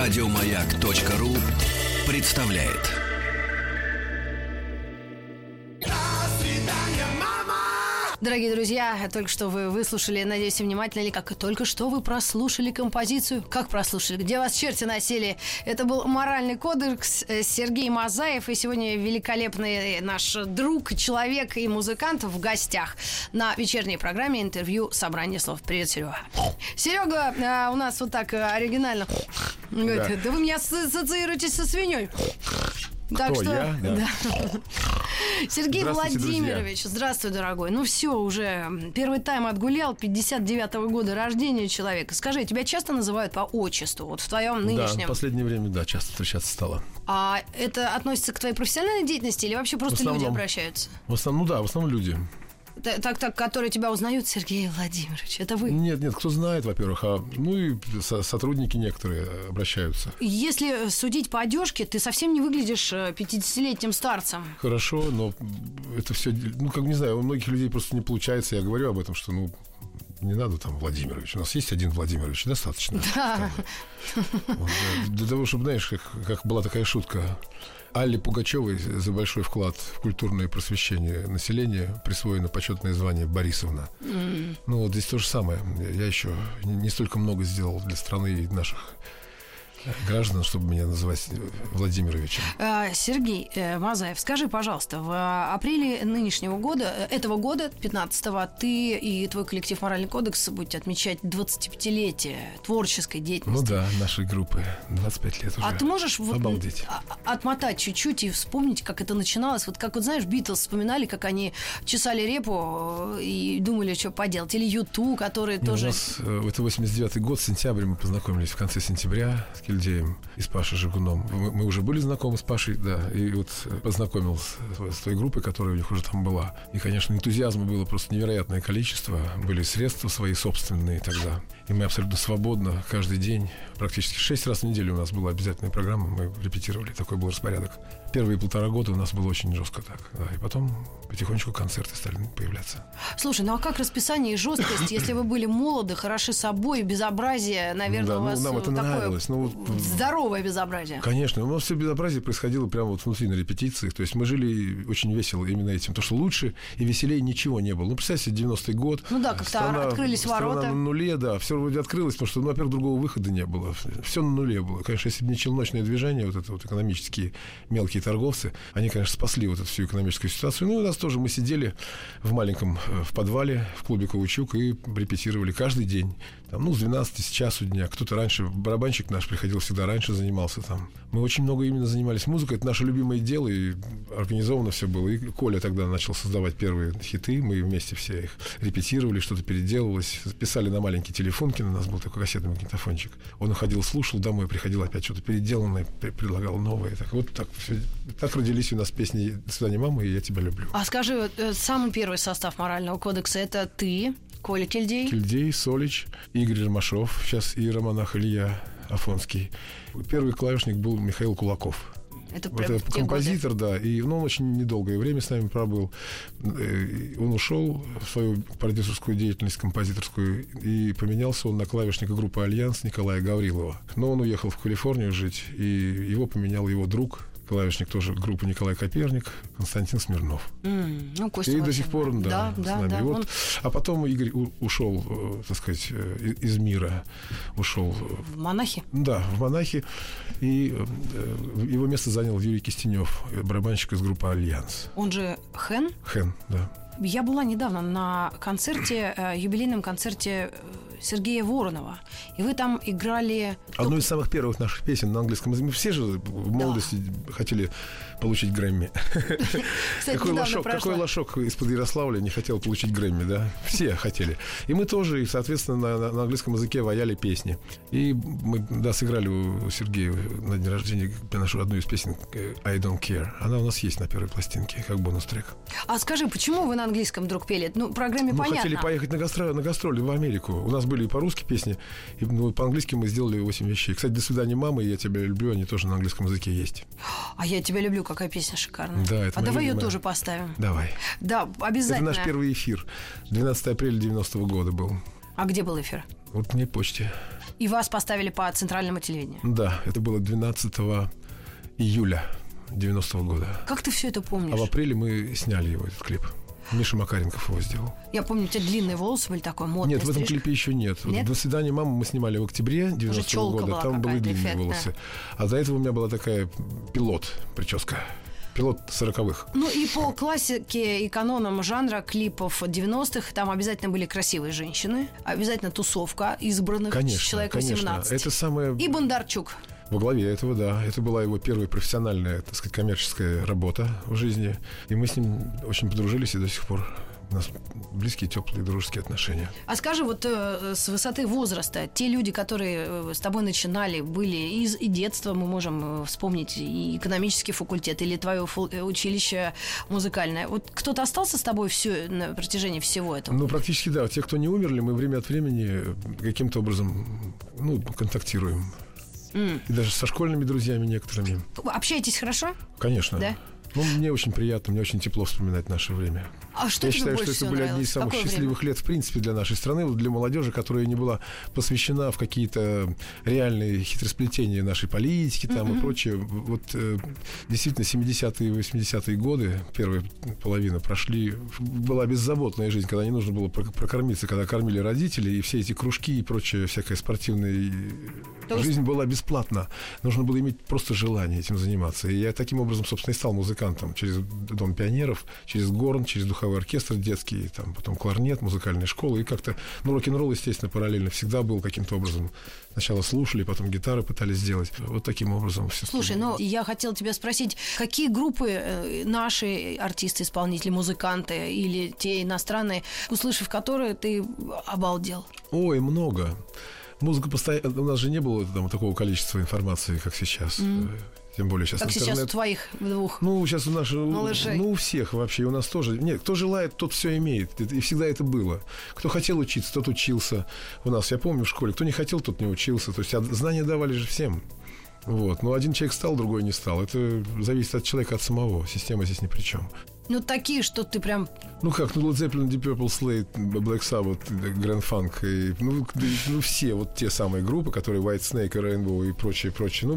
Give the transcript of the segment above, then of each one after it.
Радиомаяк.ру представляет. Дорогие друзья, только что вы выслушали, надеюсь, внимательно, или как только что вы прослушали композицию. Как прослушали? Где вас черти носили? Это был «Моральный кодекс», Сергей Мазаев. И сегодня великолепный наш друг, человек и музыкант в гостях на вечерней программе интервью «Собрание слов». Привет, Серега. Серега у нас вот так оригинально говорит: да вы меня ассоциируете со свиньей. Так Кто, что, я? Да. Сергей Владимирович, друзья. Здравствуй, дорогой. Ну все, уже первый тайм отгулял, 59-го года рождения человека. Скажи, тебя часто называют по отчеству, вот в твоем нынешнем? Да, в последнее время, да, часто встречаться стало. А это относится к твоей профессиональной деятельности или вообще просто люди обращаются? В основном люди. Так, которые тебя узнают, Сергей Владимирович, это вы? Нет, кто знает, во-первых, ну и сотрудники некоторые обращаются. Если судить по одежке, ты совсем не выглядишь 50-летним старцем. Хорошо, но это все, не знаю, у многих людей просто не получается. Я говорю об этом, что, не надо там Владимирович. У нас есть один Владимирович, достаточно. Да. Для того, чтобы, знаешь, как была такая шутка. Алле Пугачевой за большой вклад в культурное просвещение населения присвоено почетное звание Борисовна. Вот здесь то же самое. Я еще не столько много сделал для страны и наших граждан, чтобы меня называть Владимировичем. Сергей Мазаев, скажи, пожалуйста, в апреле этого года, 15-го, ты и твой коллектив «Моральный кодекс» будете отмечать 25-летие творческой деятельности. Нашей группы 25 лет уже. А ты можешь обалдеть. Отмотать чуть-чуть и вспомнить, как это начиналось? Вот как, знаешь, Битлз вспоминали, как они чесали репу и думали, что поделать. Или Юту, которые тоже... У нас, это 89-й год, сентябрь, мы познакомились в конце сентября с Кильдеем и с Пашей Жигуном. Мы уже были знакомы с Пашей, да, и вот познакомился с той группой, которая у них уже там была. И, конечно, энтузиазма было просто невероятное количество. Были средства свои собственные тогда. И мы абсолютно свободно каждый день, практически 6 раз в неделю у нас была обязательная программа, мы репетировали, такой был распорядок. Первые 1,5 года у нас было очень жестко так, да, и потом потихонечку концерты стали появляться. Слушай, а как расписание и жесткость, если вы были молоды, хороши собой, безобразие, наверное, у вас нам это такое нравилось. здоровое безобразие? Конечно, у нас все безобразие происходило прямо вот внутри на репетициях, то есть мы жили очень весело именно этим, то, что лучше и веселее ничего не было. Представьте, 90-й год. Как-то открылись ворота. Страна на нуле, да, все вроде открылось, потому что, во-первых, другого выхода не было. Все на нуле было. Конечно, если бы не челночное движение, вот это вот экономические мелкие торговцы, они, конечно, спасли вот эту всю экономическую ситуацию. У нас тоже мы сидели в маленьком в подвале в клубе «Каучук» и репетировали каждый день. Там, с 12 с часу дня. Кто-то раньше, барабанщик наш приходил всегда раньше, занимался там. Мы очень много именно занимались музыкой. Это наше любимое дело, и организовано все было. И Коля тогда начал создавать первые хиты. Мы вместе все их репетировали, что-то переделывалось. Писали на маленькие телефонки. У нас был такой кассетный магнитофончик. Он уходил, слушал, домой приходил опять что-то переделанное, предлагал новое. Так родились у нас песни «До свидания, мама» и «Я тебя люблю». А скажи, самый первый состав «Морального кодекса» — это ты, Коля Кильдей? Кильдей, Солич, Игорь Ромашов, сейчас иеромонах Илья Афонский. Первый клавишник был Михаил Кулаков. Это прям композитор, годы. Да, и он очень недолгое время с нами пробыл. Он ушел в свою продюсерскую деятельность композиторскую, и поменялся он на клавишника группы «Альянс» Николая Гаврилова. Но он уехал в Калифорнию жить, и его поменял его друг, клавишник тоже группы Николай Коперник, Константин Смирнов. Костя и до сих пор, с нами. Да, А потом Игорь ушел, так сказать, из мира. Ушел в монахи? Да, в монахи. И его место занял Юрий Кистенев, барабанщик из группы «Альянс». Он же Хэн? Хэн, да. Я была недавно на концерте, юбилейном концерте Сергея Воронова. И вы там играли... Одну из самых первых наших песен на английском языке. Мы все же в молодости хотели получить Грэмми. Кстати, какой лошок из-под Ярославля не хотел получить Грэмми, да? Все хотели. И мы тоже, и, соответственно, на английском языке ваяли песни. И мы, сыграли у Сергея на день рождения нашу одну из песен «I don't care». Она у нас есть на первой пластинке, как бонус-трек. А скажи, почему вы на английском вдруг пели? В программе понятно. Мы хотели поехать на гастроли в Америку. У нас были и по-русски песни, и по-английски мы сделали 8 вещей. Кстати, «До свидания, мама» и «Я тебя люблю», они тоже на английском языке есть. А «Я тебя люблю», какая песня шикарная. Да, это давай ее тоже поставим. Давай. Да, обязательно. Это наш первый эфир. 12 апреля 90-го года был. А где был эфир? Вот мне почте. И вас поставили по центральному телевидению? Да, это было 12 июля 90-го года. Как ты все это помнишь? А в апреле мы сняли его, этот клип. Миша Макаренков его сделал. Я помню, у тебя длинные волосы были, такой модный. Нет, в этом клипе еще нет. Вот «До свидания, мама» мы снимали в октябре 90-го года. Там были длинные волосы. А до этого у меня была такая прическа. Пилот 40-х. Ну и по классике и канонам жанра клипов 90-х там обязательно были красивые женщины, обязательно тусовка избранных, человек 18. Это самое... И Бондарчук. Во главе этого, да. Это была его первая профессиональная, так сказать, коммерческая работа в жизни. И мы с ним очень подружились, и до сих пор у нас близкие, теплые, дружеские отношения. А скажи, вот с высоты возраста, те люди, которые с тобой начинали, были из детства, мы можем вспомнить и экономический факультет, или твое училище музыкальное. Вот кто-то остался с тобой на протяжении всего этого? Ну, практически, да. Те, кто не умерли, мы время от времени каким-то образом, контактируем. И даже со школьными друзьями некоторыми. Общаетесь хорошо? Конечно. Да? Мне очень приятно, мне очень тепло вспоминать наше время. А что Я тебе считаю, больше что это были одни из самых счастливых лет, в принципе, для нашей страны, вот для молодежи, которая не была посвящена в какие-то реальные хитросплетения нашей политики там, и прочее. Вот действительно, 70-е и 80-е годы, первая половина прошли, была беззаботная жизнь, когда не нужно было прокормиться, когда кормили родители, и все эти кружки и прочее, всякая спортивная жизнь была бесплатна. Нужно было иметь просто желание этим заниматься. И я таким образом, собственно, и стал музыкантом. Через Дом пионеров, через горн, через духовой оркестр детский, там, потом кларнет, музыкальная школа. И как-то, рок-н-ролл, естественно, параллельно всегда был каким-то образом. Сначала слушали, потом гитары пытались сделать. Вот таким образом все. Слушай, я хотела тебя спросить, какие группы наши артисты, исполнители, музыканты или те иностранные, услышав которые, ты обалдел? Ой, много. Музыка постоянно... У нас же не было такого количества информации, как сейчас. Тем более сейчас как интернет. Сейчас у твоих двух сейчас у наших... малышей. У всех вообще. У нас тоже. Нет, кто желает, тот все имеет. И всегда это было. Кто хотел учиться, тот учился. У нас, я помню, в школе. Кто не хотел, тот не учился. То есть знания давали же всем. Вот. Но один человек стал, другой не стал. Это зависит от человека, от самого. Система здесь ни при чем. Такие, что ты прям... Led Zeppelin, Deep Purple, Slade, Black Sabbath, Grand Funk, и, все вот те самые группы, которые White Snake, Rainbow и прочее.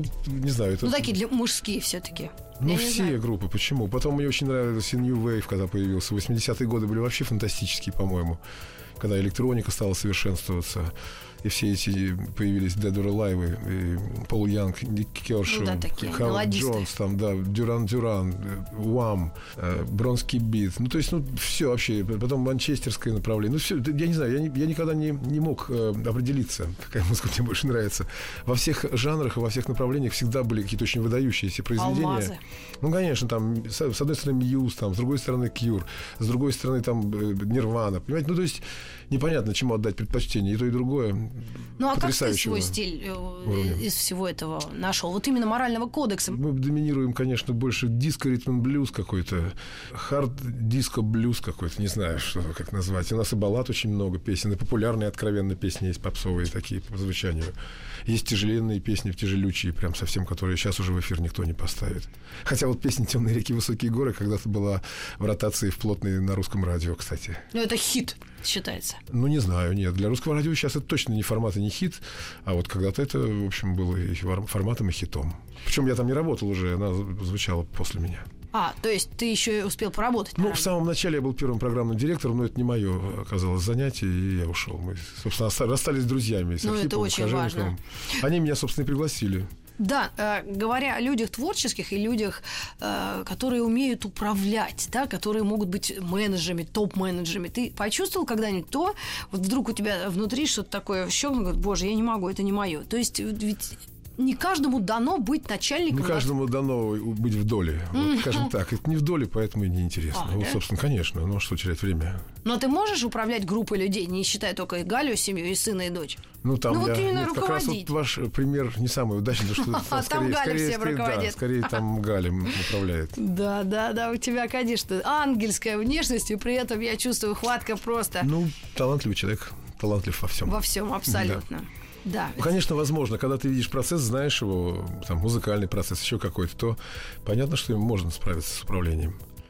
Не знаю. Это... такие для мужские все-таки. Все группы, почему? Потом мне очень нравился New Wave, когда появился. 80-е годы были вообще фантастические, по-моему. Когда электроника стала совершенствоваться. И все эти появились Dead or Alive, и Пол Янг, Ник Кершоу, Хауард Джонс, Дюран Дюран, Уам, Бронский Бит. То есть, все вообще. Потом манчестерское направление. Все, я не знаю, я никогда не мог определиться, какая музыка мне больше нравится. Во всех жанрах и во всех направлениях всегда были какие-то очень выдающиеся произведения. Алмазы. Конечно, там, с одной стороны, Мьюз, с другой стороны, Кьюр, с другой стороны, Нирвана. Понимаете? То есть, непонятно, чему отдать предпочтение, и то, и другое. А как ты свой стиль из всего этого нашел? Вот именно морального кодекса. Мы доминируем, конечно, больше диско-ритм-блюз какой-то, хард-диско-блюз какой-то, не знаю, как назвать. У нас и баллад очень много песен, и популярные, откровенно песни есть попсовые такие по звучанию. Есть тяжеленные песни, тяжелючие, прям совсем, которые сейчас уже в эфир никто не поставит. Хотя вот песня «Темные реки, высокие горы» когда-то была в ротации в плотной на русском радио, кстати. Это хит считается. Не знаю, нет. Для русского радио сейчас это точно не формат и не хит, а вот когда-то это, в общем, было и форматом, и хитом. Причем я там не работал уже, она звучала после меня. То есть ты еще и успел поработать? В самом начале я был первым программным директором, но это не мое оказалось занятие, и я ушел. Мы, собственно, расстались с друзьями. С Архиповым, это очень важно. Они меня, собственно, и пригласили. Да, говоря о людях творческих и людях, которые умеют управлять, которые могут быть менеджерами, топ-менеджерами. Ты почувствовал когда-нибудь вот вдруг у тебя внутри что-то такое щелкнуло, говорит, боже, я не могу, это не мое. То есть ведь не каждому дано быть начальником. Не каждому дано быть в доле. Скажем так, это не в доле, поэтому и неинтересно. Собственно, конечно, что терять время. Но ты можешь управлять группой людей, не считая только и Галю, семью, и сына, и дочь? Именно руководить. Как раз ваш пример не самый удачный, потому что там Галя всем руководит. Скорее там Галя управляет. Да, у тебя, конечно, ангельская внешность, и при этом я чувствую хватка просто. Талантливый человек, талантлив во всем. Во всем, абсолютно. Да. Конечно, возможно, когда ты видишь процесс, знаешь его, музыкальный процесс, еще какой-то, то понятно, что им можно справиться с управлением.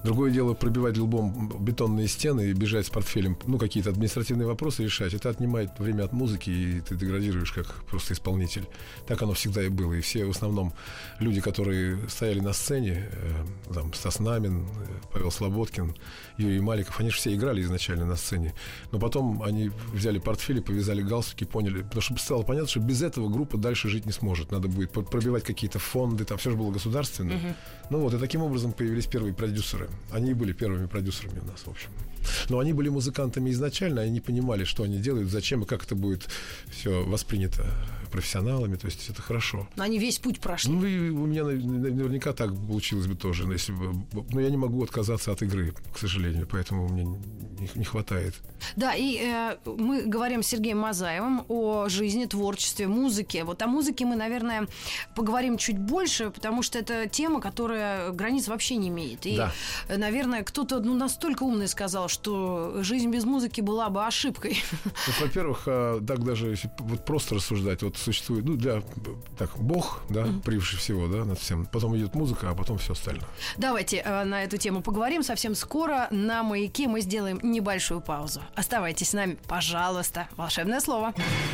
Другое дело пробивать лбом бетонные стены и бежать с портфелем, какие-то административные вопросы решать. Это отнимает время от музыки, и ты деградируешь как просто исполнитель. Так оно всегда и было. И все в основном люди, которые стояли на сцене, там Стас Намин, Павел Слободкин, Юрий Маликов, они же все играли изначально на сцене. Но потом они взяли портфели, повязали галстуки, поняли, потому что стало понятно, что без этого группа дальше жить не сможет. Надо будет пробивать какие-то фонды, там все же было государственное. И таким образом появились первые продюсеры. Они и были первыми продюсерами у нас, в общем. Но они были музыкантами изначально, они не понимали, что они делают, зачем и как это будет все воспринято профессионалами, то есть это хорошо. Но они весь путь прошли. И у меня наверняка так получилось бы тоже, если бы. Но я не могу отказаться от игры, к сожалению, поэтому мне не хватает. Да, и мы говорим с Сергеем Мазаевым о жизни, творчестве, музыке. Вот о музыке мы, наверное, поговорим чуть больше, потому что это тема, которая границ вообще не имеет. И, наверное, кто-то настолько умный сказал, что жизнь без музыки была бы ошибкой. Во-первых, так даже если просто рассуждать, существует, Бог, превыше всего, над всем. Потом идет музыка, а потом все остальное. Давайте на эту тему поговорим совсем скоро. На «Маяке» мы сделаем небольшую паузу. Оставайтесь с нами, пожалуйста. Волшебное слово.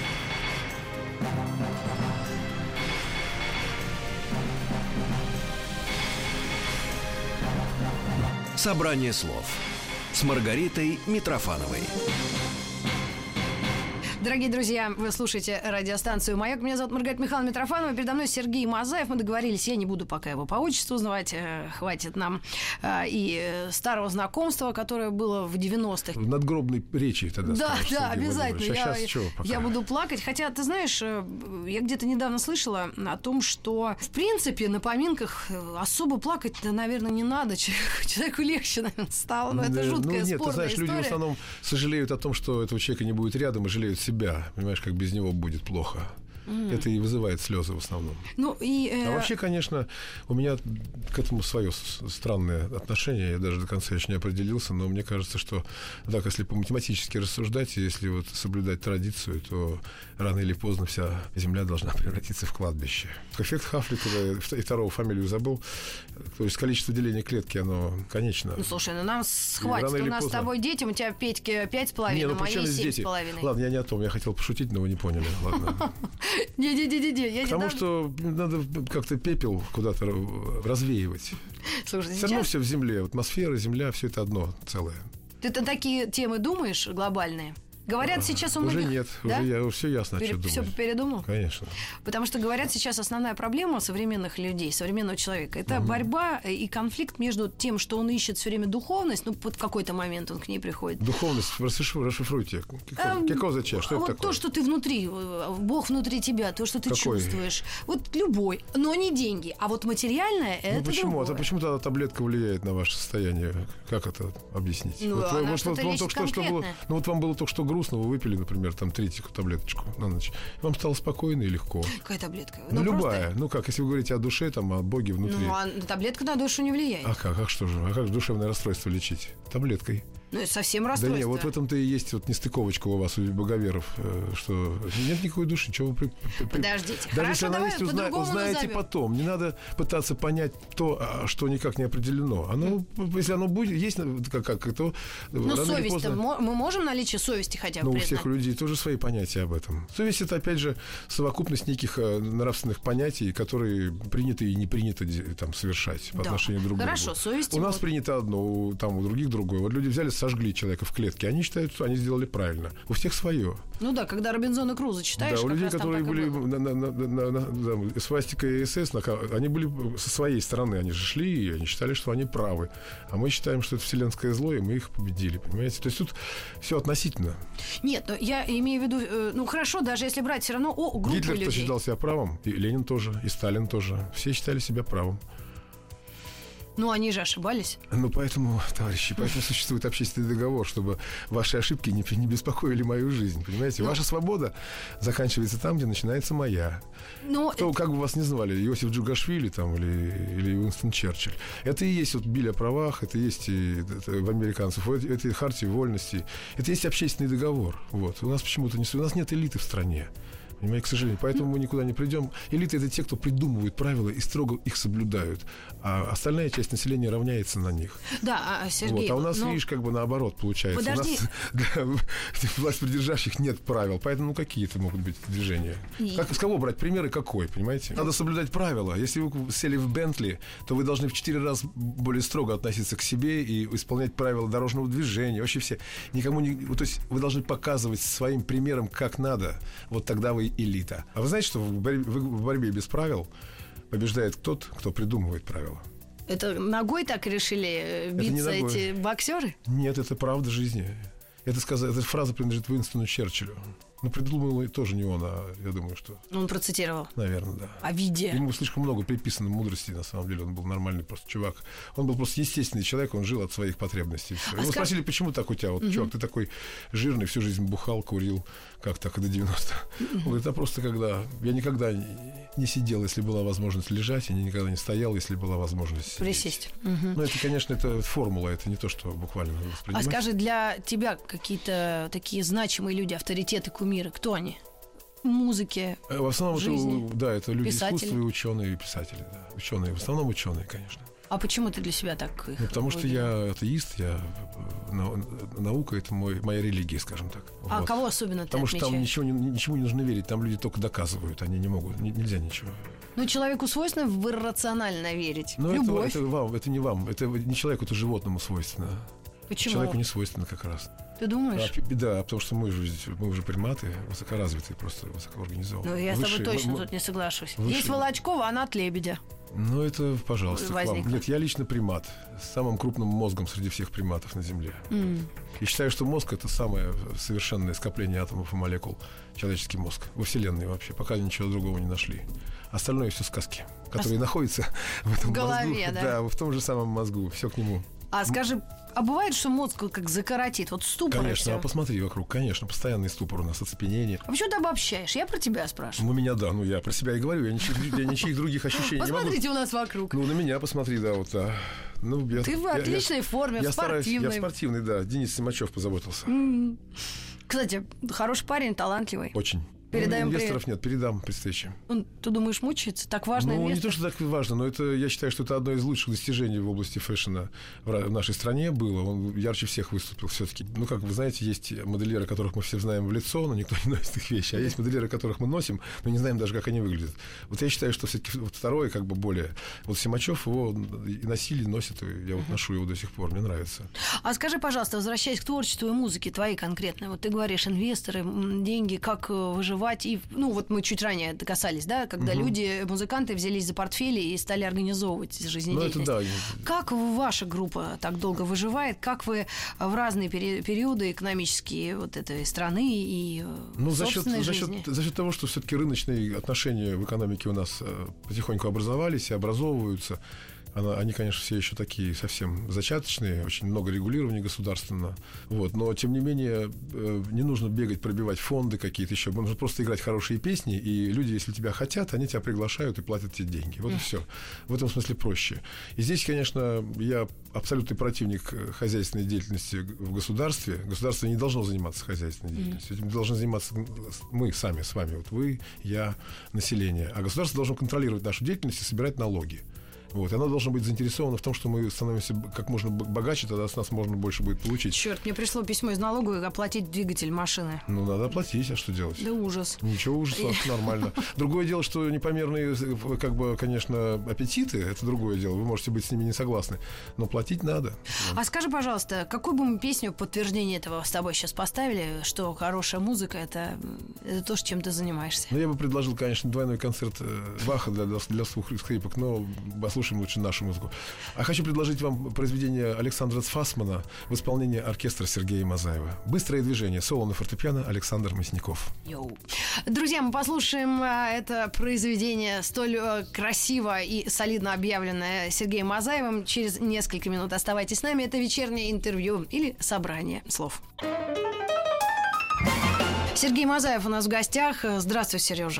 Собрание слов с Маргаритой Митрофановой. Дорогие друзья, вы слушаете радиостанцию «Маяк». Меня зовут Маргарита Михайловна Митрофанова. Передо мной Сергей Мазаев. Мы договорились, я не буду пока его по отчеству называть. Хватит нам и старого знакомства, которое было в 90-х. В надгробной речи тогда. Да, обязательно. Я буду плакать. Хотя, ты знаешь, я где-то недавно слышала о том, что, в принципе, на поминках особо плакать, наверное, не надо. Человеку легче, наверное, стало. Но это жуткая, нет, спорная ты знаешь, история. люди в основном сожалеют о том, что этого человека не будет рядом, и жалеют себя. Понимаешь, как без него будет плохо. Это и вызывает слезы в основном. А вообще, конечно, у меня к этому свое странное отношение. Я даже до конца еще не определился, но мне кажется, что так, если по-математически рассуждать, если соблюдать традицию, то рано или поздно вся земля должна превратиться в кладбище. Эффект Хафлитова, и второго фамилию забыл, то есть количество деления клетки, оно конечно. Слушай, нам хватит. У нас с тобой дети, у тебя Петьке 5,5, мои 7,5. Ладно, я не о том, я хотел пошутить, но вы не поняли. Ладно. Не. Потому что надо как-то пепел куда-то развеивать. Слушай, все равно все в земле. Атмосфера, земля, все это одно целое. Ты такие темы думаешь глобальные? Говорят, сейчас у многих... Уже нет, уже все ясно, что думать. Все передумал? Конечно. Потому что, говорят, сейчас основная проблема современных людей, современного человека, это борьба и конфликт между тем, что он ищет все время духовность, в какой-то момент он к ней приходит. Духовность, расшифруйте. Какого зачем? Что это такое? То, что ты внутри, Бог внутри тебя, то, что ты чувствуешь. Любой, но не деньги. А материальное, это почему? другое. Почему тогда таблетка влияет на ваше состояние? Как это объяснить? Вам было только что грустно, вы выпили, например, 3 таблеточку на ночь. Вам стало спокойно и легко. Какая таблетка? Любая. Если вы говорите о душе, о Боге внутри. Таблетка на душу не влияет. А как? Что же? А как душевное расстройство лечить? Таблеткой. Это совсем расстройство. Да нет, в этом-то и есть нестыковочка у вас, у боговеров, что нет никакой души, чего вы... Подождите. Даже если она есть, узнаете потом. Не надо пытаться понять то, что никак не определено. Если оно будет, есть то... совесть-то, мы можем наличие совести хотя бы признать? У всех людей тоже свои понятия об этом. Совесть — это, опять же, совокупность неких нравственных понятий, которые принято и не принято совершать по отношению друг к другу. Хорошо, совесть... У нас принято одно, у других другое. Люди взяли, сожгли человека в клетке. Они считают, что они сделали правильно. У всех свое. Когда Робинзона Круза читаешь, у людей, которые были свастика и СС, они были со своей стороны. Они же шли, и они считали, что они правы. А мы считаем, что это вселенское зло, и мы их победили. Понимаете? То есть тут все относительно. Нет, я имею в виду... хорошо, даже если брать все равно группу людей. Гитлер считал себя правым, и Ленин тоже, и Сталин тоже. Все считали себя правым. Они же ошибались. Поэтому, товарищи, существует общественный договор, чтобы ваши ошибки не беспокоили мою жизнь. Понимаете? Ваша свобода заканчивается там, где начинается моя. Как бы вас ни звали, Иосиф Джугашвили или Уинстон Черчилль. Это и есть Биль о правах, это и есть в американцев, это и хартия вольностей, это и есть общественный договор. У нас почему-то у нас нет элиты в стране. Понимаете, к сожалению. Поэтому мы никуда не придем. Элита — это те, кто придумывают правила и строго их соблюдают. А остальная часть населения равняется на них. Да, Сергей... Вот. А у нас, видишь, как бы наоборот получается. Подожди. У нас власть придержащих нет правил. Поэтому какие это могут быть движения? С кого брать примеры, какой, понимаете? Надо соблюдать правила. Если вы сели в Бентли, то вы должны в 4 раза более строго относиться к себе и исполнять правила дорожного движения. Вообще все. Никому не... То есть вы должны показывать своим примером, как надо. Вот тогда вы элита. А вы знаете, что в борьбе без правил побеждает тот, кто придумывает правила? Это ногой так решили биться эти боксеры? Нет, это правда жизни. Эта фраза принадлежит Уинстону Черчиллю. Но придумал тоже не он, а я думаю, что... Он процитировал. Наверное, да. О виде. Ему слишком много приписано мудрости, на самом деле. Он был нормальный просто чувак. Он был просто естественный человек, он жил от своих потребностей. Его спросили, почему так у тебя? Вот, чувак, ты такой жирный, всю жизнь бухал, курил. Как так, и до 90? Он говорит, это просто когда... Я никогда не сидел, если была возможность лежать, и никогда не стоял, если была возможность присесть. Ну, это, конечно, это формула, это не то, что буквально надо воспринимать. А скажи, для тебя какие-то такие значимые люди, авторитеты, кумиры, кто они? В музыке, в основном жизни, это люди писатели. искусства и ученые, и писатели. Да. Ученые, в основном ученые, конечно. А почему ты для себя так их потому что я атеист, наука — это моя религия, скажем так. А вот. кого особенно Потому ты что отмечаешь? там ничему не нужно верить, там люди только доказывают, они не могут, нельзя ничего. Ну, человеку свойственно в иррационально верить. Но Любовь. это не вам, это не человеку, это животному свойственно. Почему? Человеку не свойственно как раз. Ты думаешь? Да, потому что мы уже приматы, высокоразвитые, просто высокоорганизованные. Ну, я с тобой точно тут не соглашусь. Есть Волочкова, она от лебедя. Ну, это, пожалуйста, к вам. Возникла. Нет, я лично примат. С самым крупным мозгом среди всех приматов на Земле. И считаю, что мозг — это самое совершенное скопление атомов и молекул. Человеческий мозг. Во Вселенной вообще. Пока ничего другого не нашли. Остальное все сказки, которые находятся в этом голове, мозгу. да? В том же самом мозгу. Все к нему. А скажи, а бывает, что мозг как закоротит? Вот ступор и Конечно, всё. а посмотри вокруг. Конечно, постоянный ступор у нас, оцепенение. А почему ты обобщаешь? Я про тебя спрашиваю. Ну, меня, да. Ну, я про себя и говорю. Я ничьих других ощущений не могу. Посмотрите у нас вокруг. Ну, на меня посмотри, да, вот, да. Ну, Ты в отличной форме, в спортивной. Я спортивный, да. Денис Симачев позаботился. Кстати, хороший парень, талантливый. Очень. Передаем инвесторов нет, передам при встрече. Ты думаешь, мучается? Так важно Ну, инвестор? не то, что так важно, но это, я считаю, что это одно из лучших достижений в области фэшена в нашей стране было. Он ярче всех выступил все-таки. Ну, как вы знаете, есть модельеры, которых мы все знаем в лицо, но никто не носит их вещи. А есть модельеры, которых мы носим, но не знаем даже, как они выглядят. Вот я считаю, что все-таки вот второе, как бы более... Вот Симачев его и носили, носит, и я вот ношу его до сих пор, мне нравится. А скажи, пожалуйста, возвращаясь к творчеству и музыке твоей конкретной, вот ты говоришь, инвесторы, деньги, как выживать, и, ну, вот мы чуть ранее касались, да, когда люди, музыканты взялись за портфели и стали организовывать жизнедеятельность. Ну, это да. Как ваша группа так долго выживает? Как вы в разные периоды экономические вот этой страны и собственной жизни? За счет того, что все-таки рыночные отношения в экономике у нас потихоньку образовались и образовываются. Они, конечно, все еще такие совсем зачаточные, очень много регулирования государственно. Вот. Но, тем не менее, не нужно бегать, пробивать фонды какие-то еще. Нужно просто играть хорошие песни, и люди, если тебя хотят, они тебя приглашают и платят тебе деньги. Вот и все. В этом смысле проще. И здесь, конечно, я абсолютный противник хозяйственной деятельности в государстве. Государство не должно заниматься хозяйственной деятельностью. Этим должны заниматься мы сами с вами. Вот вы, я, население. А государство должно контролировать нашу деятельность и собирать налоги. Вот. И она должна быть заинтересована в том, что мы становимся как можно богаче, тогда с нас можно больше будет получить. Черт, мне пришло письмо из налоговой оплатить двигатель машины. Ну, надо оплатить, а что делать? Да ужас. Ничего ужаса, нормально. Другое дело, что непомерные, как бы, конечно, аппетиты, это другое дело, вы можете быть с ними не согласны, но платить надо. А скажи, пожалуйста, какую бы мы песню подтверждение этого с тобой сейчас поставили, что хорошая музыка — это то, чем ты занимаешься? Ну, я бы предложил, конечно, двойной концерт Баха для двух скрипок, но послушаем лучше нашу музыку. А хочу предложить вам произведение Александра Цфасмана в исполнении оркестра Сергея Мазаева. «Быстрое движение», соло на фортепиано Александр Мясников. Йоу. Друзья, мы послушаем это произведение, столь красиво и солидно объявленное Сергеем Мазаевым. Через несколько минут оставайтесь с нами. Это вечернее интервью или собрание слов. Сергей Мазаев у нас в гостях. Здравствуй, Сережа.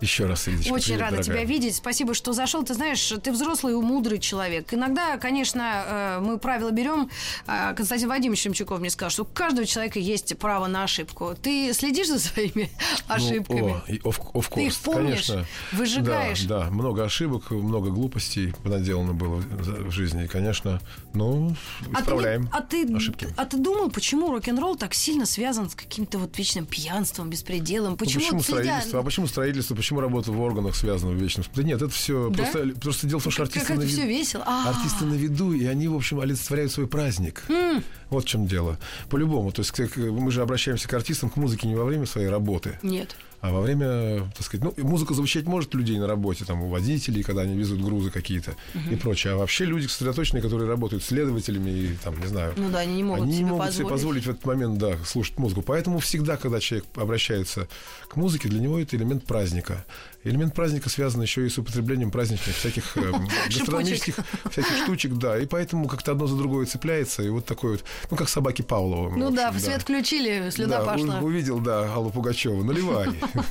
Еще раз, Идочка, Очень привет, рада дорогая. тебя видеть. Спасибо, что зашел. Ты знаешь, ты взрослый и мудрый человек. Иногда, конечно, мы правила берем. Константин Вадимович Шемчуков мне сказал, что у каждого человека есть право на ошибку. Ты следишь за своими ошибками? Of Ты их course, помнишь, конечно. выжигаешь? Да, много ошибок, много глупостей наделано было в жизни. И, конечно, исправляем ошибки. А ты думал, почему рок-н-ролл так сильно связан с каким-то вот вечным пьянством, беспределом? Почему строительство? Почему строительство? Почему работа в органах связана в вечном? Да нет, это все Да? просто дело в том, что артисты Как это все весело. артисты на виду, и они, в общем, олицетворяют свой праздник. Вот в чем дело. По-любому. То есть мы же обращаемся к артистам, к музыке не во время своей работы. Нет. А во время, так сказать, музыка звучать может у людей на работе, там, у водителей, когда они везут грузы какие-то и прочее. А вообще люди сосредоточенные, которые работают следователями и, там, не знаю... Ну да, они не могут себе позволить в этот момент, да, слушать музыку. Поэтому всегда, когда человек обращается к музыке, для него это элемент праздника. Элемент праздника связан еще и с употреблением праздничных всяких гастрономических всяких штучек, да. И поэтому как-то одно за другое цепляется. И вот такой вот, как собаки Павлова. Ну да, свет включили, слюна пошла. Увидел, да, Аллу Пугачеву. Наливай.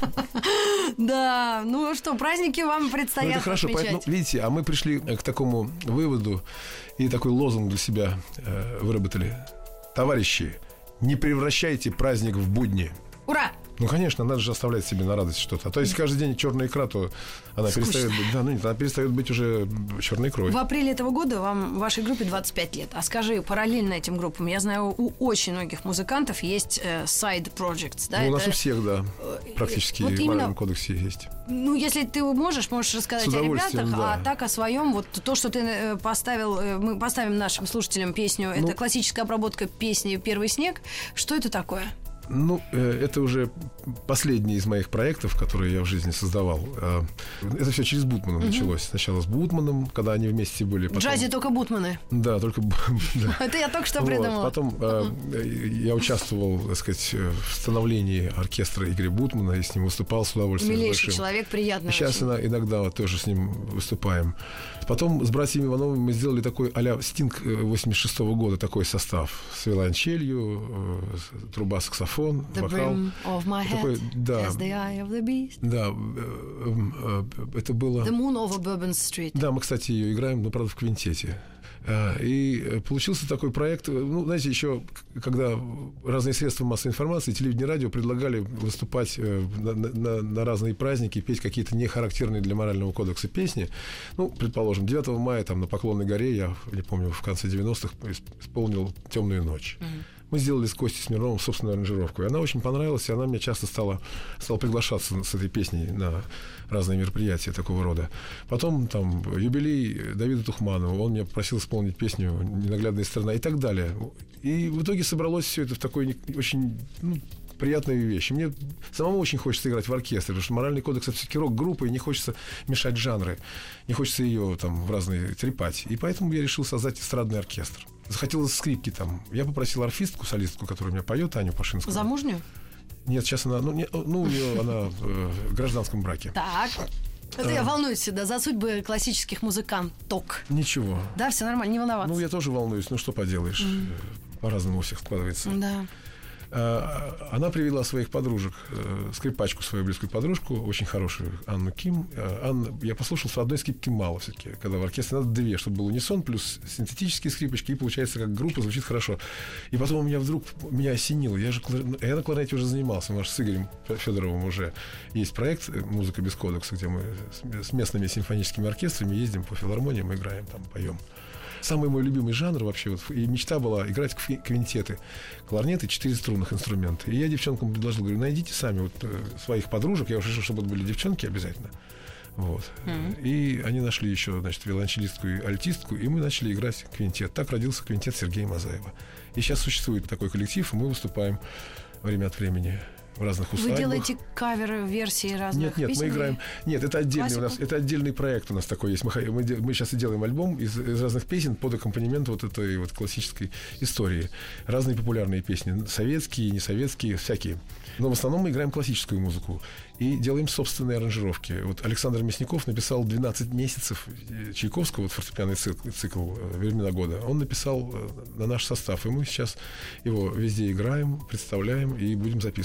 Да, ну что, праздники вам предстоят это хорошо, поэтому, видите, а мы пришли к такому выводу и такой лозунг для себя выработали. Товарищи, не превращайте праздник в будни. Ура! Ну, конечно, надо же оставлять себе на радость что-то. А то если каждый день черная икра, то она перестает быть. Да, она перестает быть уже черной икрой. В апреле этого года вашей группе 25 лет. А скажи, параллельно этим группам, я знаю, у очень многих музыкантов есть side projects, да? У нас у всех, да, практически вот в Моральном кодексе есть. Ну, если ты можешь рассказать о ребятах, да. А так о своем. Вот то, что ты поставил, мы поставим нашим слушателям песню, это классическая обработка песни «Первый снег». Что это такое? Это уже последний из моих проектов, которые я в жизни создавал. Это все через Бутмана началось. Сначала с Бутманом, когда они вместе были. В джазе только Бутманы. Да, только... Это я только что придумала. Потом я участвовал, так сказать, в становлении оркестра Игоря Бутмана и с ним выступал с удовольствием. Милейший человек, приятный. Сейчас иногда тоже с ним выступаем. Потом с братьями Ивановыми мы сделали такой а-ля Стинг 86-го года, такой состав с виолончелью, труба, саксофон, вокал. Of my head, такой, да, as the eye of the beast. Да, это было... The Moon over Bourbon Street. Да, мы, кстати, ее играем, но, правда, в квинтете. И получился такой проект. Знаете, еще когда разные средства массовой информации, телевидение, радио предлагали выступать на разные праздники, петь какие-то не характерные для морального кодекса песни. Предположим, 9 мая там на Поклонной горе, я не помню, в конце 90-х исполнил «Темную ночь». Мы сделали с Костей Смирновым собственную аранжировку. И она очень понравилась, и она мне часто стала приглашаться с этой песней на разные мероприятия такого рода. Потом там юбилей Давида Тухманова. Он меня попросил исполнить песню «Ненаглядная страна» и так далее. И в итоге собралось все это в такой очень... приятные вещи. Мне самому очень хочется играть в оркестре, потому что «Моральный кодекс» — это все-таки рок-группа, и не хочется мешать жанры, не хочется ее там в разные трепать. И поэтому я решил создать эстрадный оркестр. Захотелось скрипки там. Я попросил арфистку, солистку, которая у меня поет, Аню Пашинскую. Замужнюю? Нет, сейчас она... у нее она в гражданском браке. Так. Это я волнуюсь всегда за судьбы классических музыканток. Ничего. Да, все нормально, не волноваться. Я тоже волнуюсь. Что поделаешь. По-разному у всех складывается. Да. Она привела своих подружек, скрипачку, свою близкую подружку, очень хорошую, Анну Ким. Я послушал, что одной скрипки мало все-таки, когда в оркестре надо две, чтобы был унисон, плюс синтетические скрипочки, и получается, как группа звучит хорошо. И потом меня осенило. Я на кларнете уже занимался, у нас с Игорем Федоровым уже есть проект «Музыка без кодекса», где мы с местными симфоническими оркестрами ездим по филармониям, играем, там поем. Самый мой любимый жанр вообще, и мечта была играть квинтеты, кларнеты, 4 струнных инструмента. И я девчонкам предложил, говорю, найдите сами своих подружек, я уже решил, чтобы это были девчонки обязательно. И они нашли еще, виолончелистку и альтистку, и мы начали играть квинтет. Так родился квинтет Сергея Мазаева. И сейчас существует такой коллектив, и мы выступаем время от времени в разных усадьбах. Вы делаете каверы-версии разных песен? Нет, мы играем... Нет, это отдельный у нас, это отдельный проект у нас такой есть. Мы сейчас и делаем альбом из разных песен под аккомпанемент этой классической истории. Разные популярные песни, советские, несоветские, всякие. Но в основном мы играем классическую музыку и делаем собственные аранжировки. Александр Мясников написал 12 месяцев Чайковского, фортепианный цикл «Времена года». Он написал на наш состав, и мы сейчас его везде играем, представляем и будем записывать пластинки.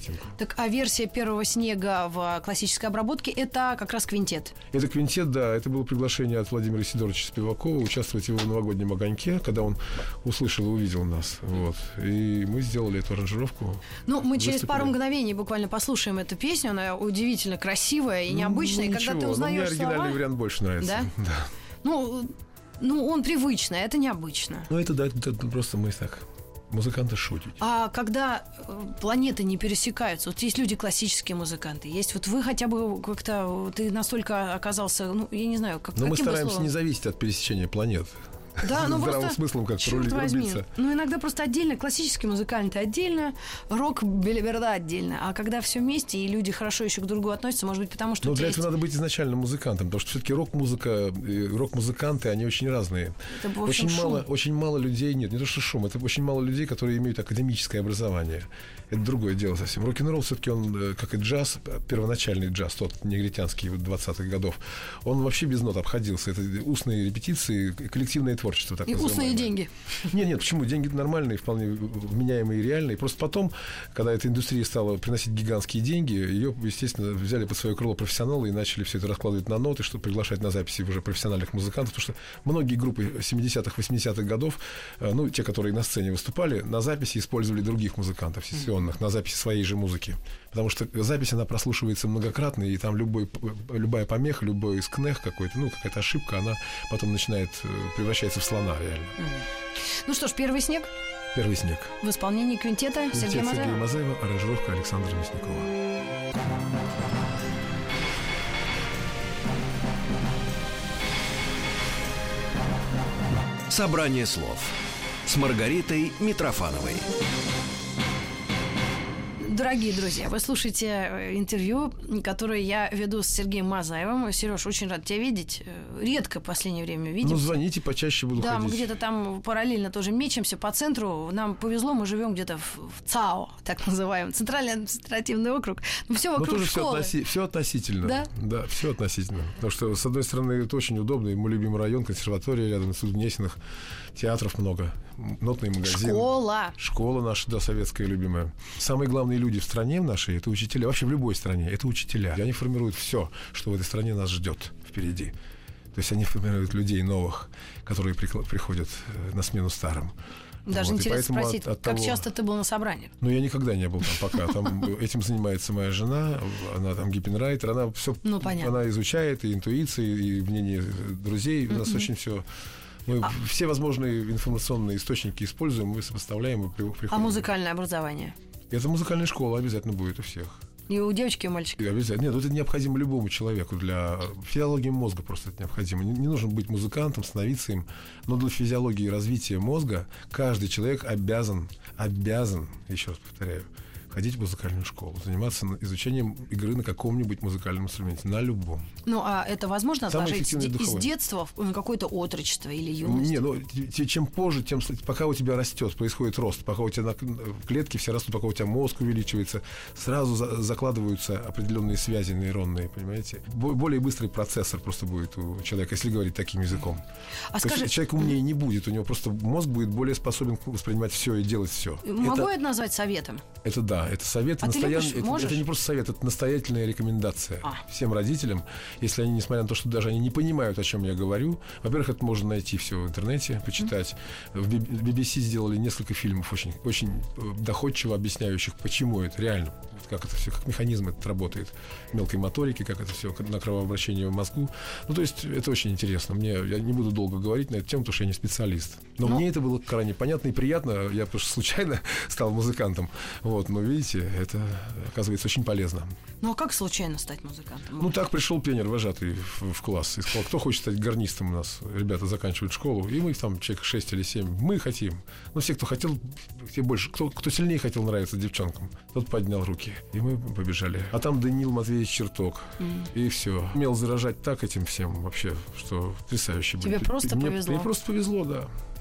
пластинку. Так, а версия первого снега в классической обработке — это как раз квинтет? Это квинтет, да. Это было приглашение от Владимира Сидоровича Спивакова участвовать в его новогоднем огоньке, когда он услышал и увидел нас. Вот. И мы сделали эту аранжировку. Ну, мы через пару мгновений буквально послушаем эту песню. Она удивительно красивая и необычная. И когда ты узнаешь мне оригинальный слова... вариант больше нравится. Да? Ну, он привычный, это необычно. Ну, это просто мы так... Музыканты шутят. А когда планеты не пересекаются, вот есть люди классические музыканты, есть вот вы хотя бы как-то, ты настолько оказался, ну, я не знаю, как. Но мы стараемся словом? не зависеть от пересечения планет. Да, ну здравым просто, смыслом как-то рубиться. Ну, иногда просто отдельно, классические музыканты отдельно, рок-белиберда отдельно. А когда все вместе, и люди хорошо еще к другу относятся, может быть, потому что... Но для этого надо быть изначально музыкантом, потому что все-таки рок-музыка, рок-музыканты, они очень разные. Это, в общем, очень мало людей, нет, не то что шум, это очень мало людей, которые имеют академическое образование. Это другое дело совсем. Рок-н-ролл все-таки он, как и джаз, первоначальный джаз, тот негритянский 20-х годов, он вообще без нот обходился. Это устные репетиции, коллективное творчество. Так и устные деньги. Нет, почему? Деньги нормальные, вполне вменяемые и реальные. Просто потом, когда эта индустрия стала приносить гигантские деньги, ее, естественно, взяли под свое крыло профессионалы и начали все это раскладывать на ноты, чтобы приглашать на записи уже профессиональных музыкантов. Потому что многие группы 70-х, 80-х годов, ну, те, которые на сцене выступали, на записи использовали других музыкантов сессионных, на записи своей же музыки. Потому что запись, она прослушивается многократно, и там любая помеха, любой скнех какой-то, ну, какая-то ошибка, она потом начинает превращаться в слона, реально. Ну что ж, «Первый снег». «Первый снег». В исполнении квинтета Сергея Мазаева, аранжировка Александра Мясникова. Собрание слов с Маргаритой Митрофановой. Дорогие друзья, вы слушаете интервью, которое я веду с Сергеем Мазаевым. Сереж, очень рад тебя видеть. Редко в последнее время видим. Ну, звоните, почаще буду ходить. Да, мы где-то там параллельно тоже мечемся по центру. Нам повезло, мы живем где-то в ЦАО, так называемый, Центральный административный округ. Но все вокруг школы. Все относительно. Да? Да, все относительно. Потому что, с одной стороны, это очень удобно. И мой любимый район, консерватория рядом, Институт Гнесиных, театров много, нотный магазин. Школа наша, да, советская любимая. Самые главные люди в стране нашей — это учителя. Вообще в любой стране — это учителя. И они формируют все, что в этой стране нас ждет впереди. То есть они формируют людей новых, которые приходят на смену старым. Даже вот. Интересно спросить, как часто ты был на собраниях? Ну, я никогда не был там пока. Там этим занимается моя жена, она там гиппенрайтер, она все, она изучает и интуиции, и мнение друзей. У нас очень все... Мы все возможные информационные источники используем, мы сопоставляем и приходим. А музыкальное образование? Это музыкальная школа обязательно будет у всех. И у девочки, и у мальчика? И обязательно. Нет, это необходимо любому человеку. Для физиологии мозга просто это необходимо. Не нужно быть музыкантом, становиться им. Но для физиологии и развития мозга каждый человек обязан, еще раз повторяю, ходить в музыкальную школу, заниматься изучением игры на каком-нибудь музыкальном инструменте, на любом. Ну, а это возможно отложить из детства в какое-то отрочество или юность? Не, ну, чем позже, тем пока у тебя растет, происходит рост, пока у тебя клетки все растут, пока у тебя мозг увеличивается, сразу закладываются определенные связи нейронные, понимаете? Более быстрый процессор просто будет у человека, если говорить таким языком. Человек умнее не будет, у него просто мозг будет более способен воспринимать все и делать все. Могу это назвать советом? Это да. Это совет, это не просто совет, это настоятельная рекомендация всем родителям, если они, несмотря на то, что даже они не понимают, о чем я говорю. Во-первых, это можно найти все в интернете, почитать. В BBC сделали несколько фильмов очень, очень доходчиво объясняющих, почему это реально, как это все, как механизм этот работает, мелкой моторики, как это все на кровообращение в мозгу. Ну, то есть это очень интересно. Я не буду долго говорить на эту тему, потому что я не специалист. Но мне это было крайне понятно и приятно. Я просто случайно стал музыкантом. Вот, но видите, это оказывается очень полезно. Ну а как случайно стать музыкантом? Ну так пришел пионер-вожатый в класс и сказал, кто хочет стать гарнистом у нас. Ребята заканчивают школу, и мы там человек 6 или 7. Мы хотим. Ну все, кто хотел, те больше. Кто сильнее хотел нравиться девчонкам, тот поднял руки. И мы побежали. А там Даниил Матвеевич Черток. И все. Умел заражать так этим всем вообще, что потрясающе. Тебе просто повезло. Мне просто повезло, да.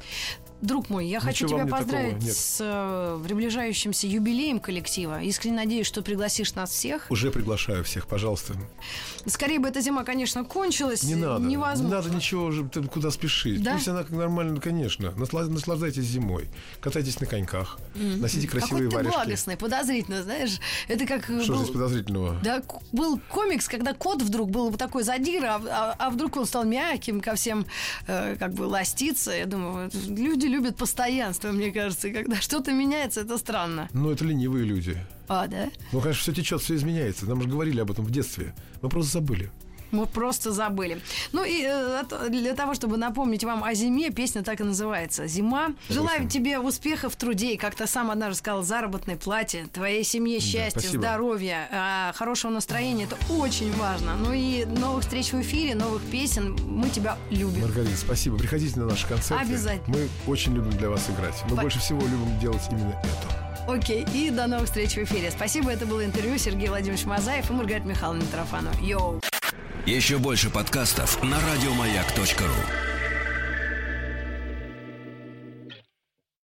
Друг мой, я хочу тебя поздравить с приближающимся юбилеем коллектива. Искренне надеюсь, что пригласишь нас всех. Уже приглашаю всех, пожалуйста. Скорее бы эта зима, конечно, кончилась. Не надо. Невозможно. Не надо ничего уже куда спешить. Да? Пусть она нормально, конечно. Наслаждайтесь зимой. Катайтесь на коньках. Носите красивые варежки. Какой ты благостный, подозрительно, знаешь. Это как... Что здесь подозрительного? Да, был комикс, когда кот вдруг был такой задир, а вдруг он стал мягким, ко всем как бы ластиться. Я думаю, люди любят постоянство, мне кажется. И когда что-то меняется, это странно. Ну, это ленивые люди. А, да? Ну, конечно, все течет, все изменяется. Нам же говорили об этом в детстве. Мы просто забыли. Мы просто забыли. Ну и для того, чтобы напомнить вам о зиме, песня так и называется «Зима». Желаю тебе успехов в труде и, как ты сам однажды сказал, заработной плате, твоей семье счастья, здоровья, хорошего настроения. Это очень важно. Ну и новых встреч в эфире, новых песен. Мы тебя любим. Маргарита, спасибо. Приходите на наши концерты. Обязательно. Мы очень любим для вас играть. Мы больше всего любим делать именно это. Окей, и до новых встреч в эфире. Спасибо, это было интервью Сергей Владимирович Мазаев и Маргарита Михайловна Митрофанова. Йоу! Еще больше подкастов на радиомаяк.ру.